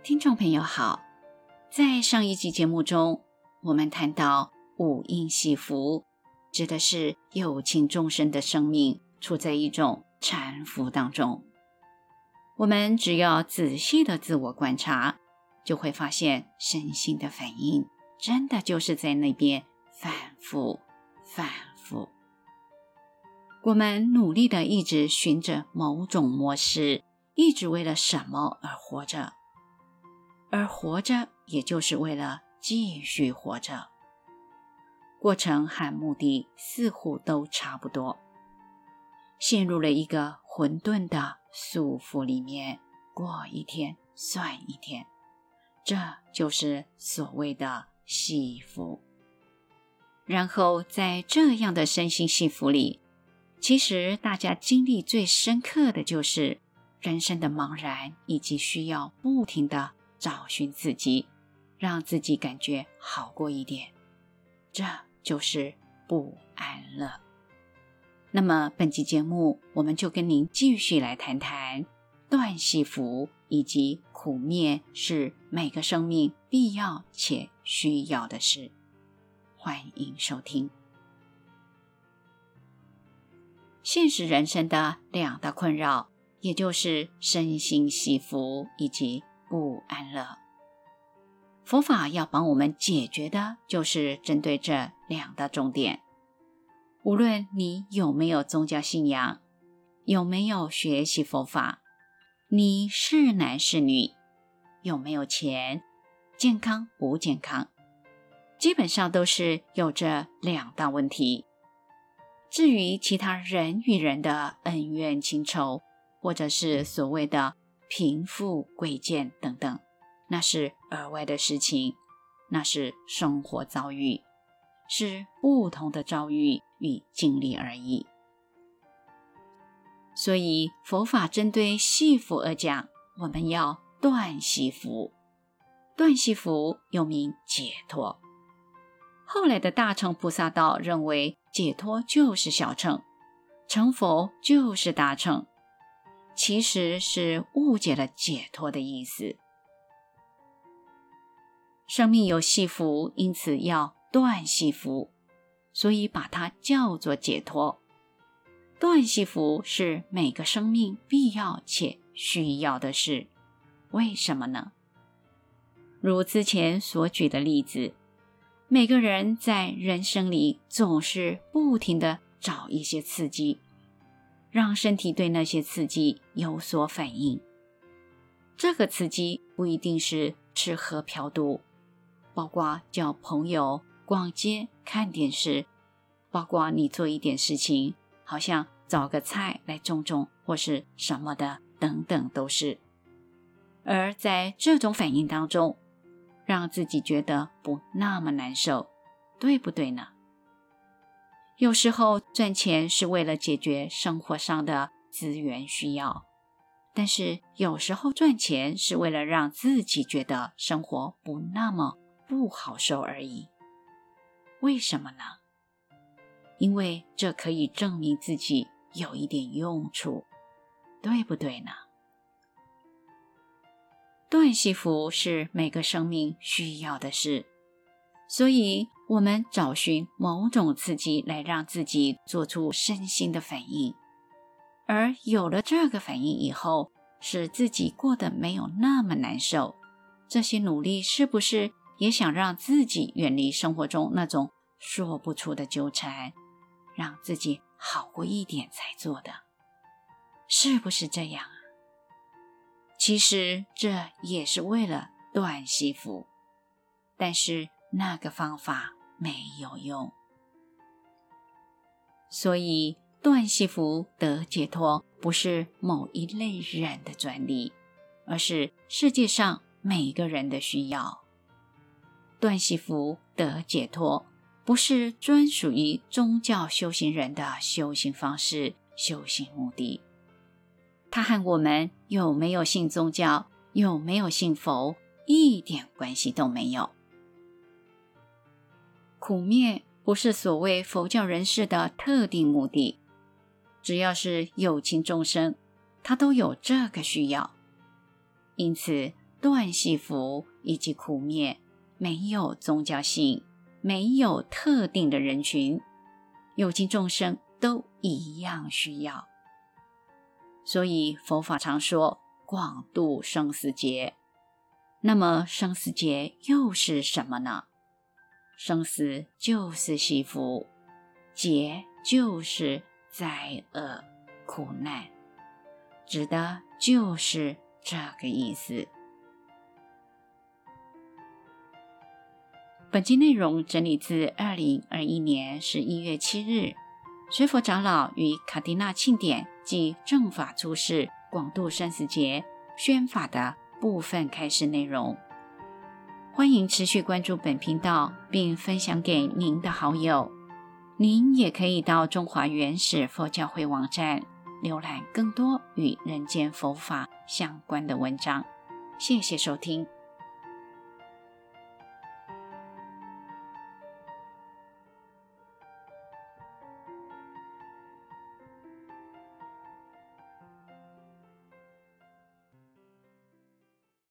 听众朋友好，在上一集节目中，我们谈到五阴系福，指的是有情众生的生命处在一种缠缚当中。我们只要仔细的自我观察，就会发现身心的反应真的就是在那边反复。我们努力的一直循着某种模式，一直为了什么而活着，而活着也就是为了继续活着。过程和目的似乎都差不多，陷入了一个混沌的束缚里面，过一天算一天，这就是所谓的系福。然后在这样的身心系福里，其实大家经历最深刻的就是人生的茫然，以及需要不停地找寻自己，让自己感觉好过一点，这就是不安乐。那么本期节目我们就跟您继续来谈谈断系福以及苦灭是每个生命必要且需要的事。欢迎收听。现实人生的两大困扰，也就是身心系福以及不安乐。佛法要帮我们解决的就是针对这两大重点。无论你有没有宗教信仰，有没有学习佛法，你是男是女，有没有钱，健康不健康，基本上都是有这两大问题。至于其他人与人的恩怨情仇，或者是所谓的贫富贵贱等等，那是额外的事情，那是生活遭遇，是不同的遭遇与经历而已。所以佛法针对系福而讲，我们要断系福。断系福又名解脱。后来的大乘菩萨道认为解脱就是小乘，成佛就是大乘，其实是误解了解脱的意思。生命有系福，因此要断系福，所以把它叫做解脱。断系福是每个生命必要且需要的事。为什么呢？如之前所举的例子，每个人在人生里总是不停地找一些刺激，让身体对那些刺激有所反应。这个刺激不一定是吃喝嫖赌，包括交朋友、逛街、看电视，包括你做一点事情，好像找个菜来种或是什么的等等都是。而在这种反应当中，让自己觉得不那么难受，对不对呢？有时候赚钱是为了解决生活上的资源需要，但是有时候赚钱是为了让自己觉得生活不那么不好受而已。为什么呢？因为这可以证明自己有一点用处，对不对呢？断系福是每个生命需要的事，所以我们找寻某种刺激来让自己做出身心的反应，而有了这个反应以后，使自己过得没有那么难受，这些努力是不是也想让自己远离生活中那种说不出的纠缠，让自己好过一点才做的？是不是这样啊？其实这也是为了断系福，但是那个方法没有用。所以断系福得解脱不是某一类人的专利，而是世界上每个人的需要。断系福得解脱不是专属于宗教修行人的修行方式、修行目的，它和我们有没有信宗教、有没有信佛一点关系都没有。苦灭不是所谓佛教人士的特定目的，只要是有情众生，他都有这个需要。因此断系缚以及苦灭，没有宗教性，没有特定的人群，有情众生都一样需要。所以佛法常说广度生死劫。那么生死劫又是什么呢？生死就是系缚，劫就是灾厄苦难，指的就是这个意思。本期内容整理自2021年11月7日随佛长老与卡蒂娜庆典暨正法出世广度生死劫宣法的部分开示内容。欢迎持续关注本频道，并分享给您的好友。您也可以到中华原始佛教会网站浏览更多与人间佛法相关的文章。谢谢收听。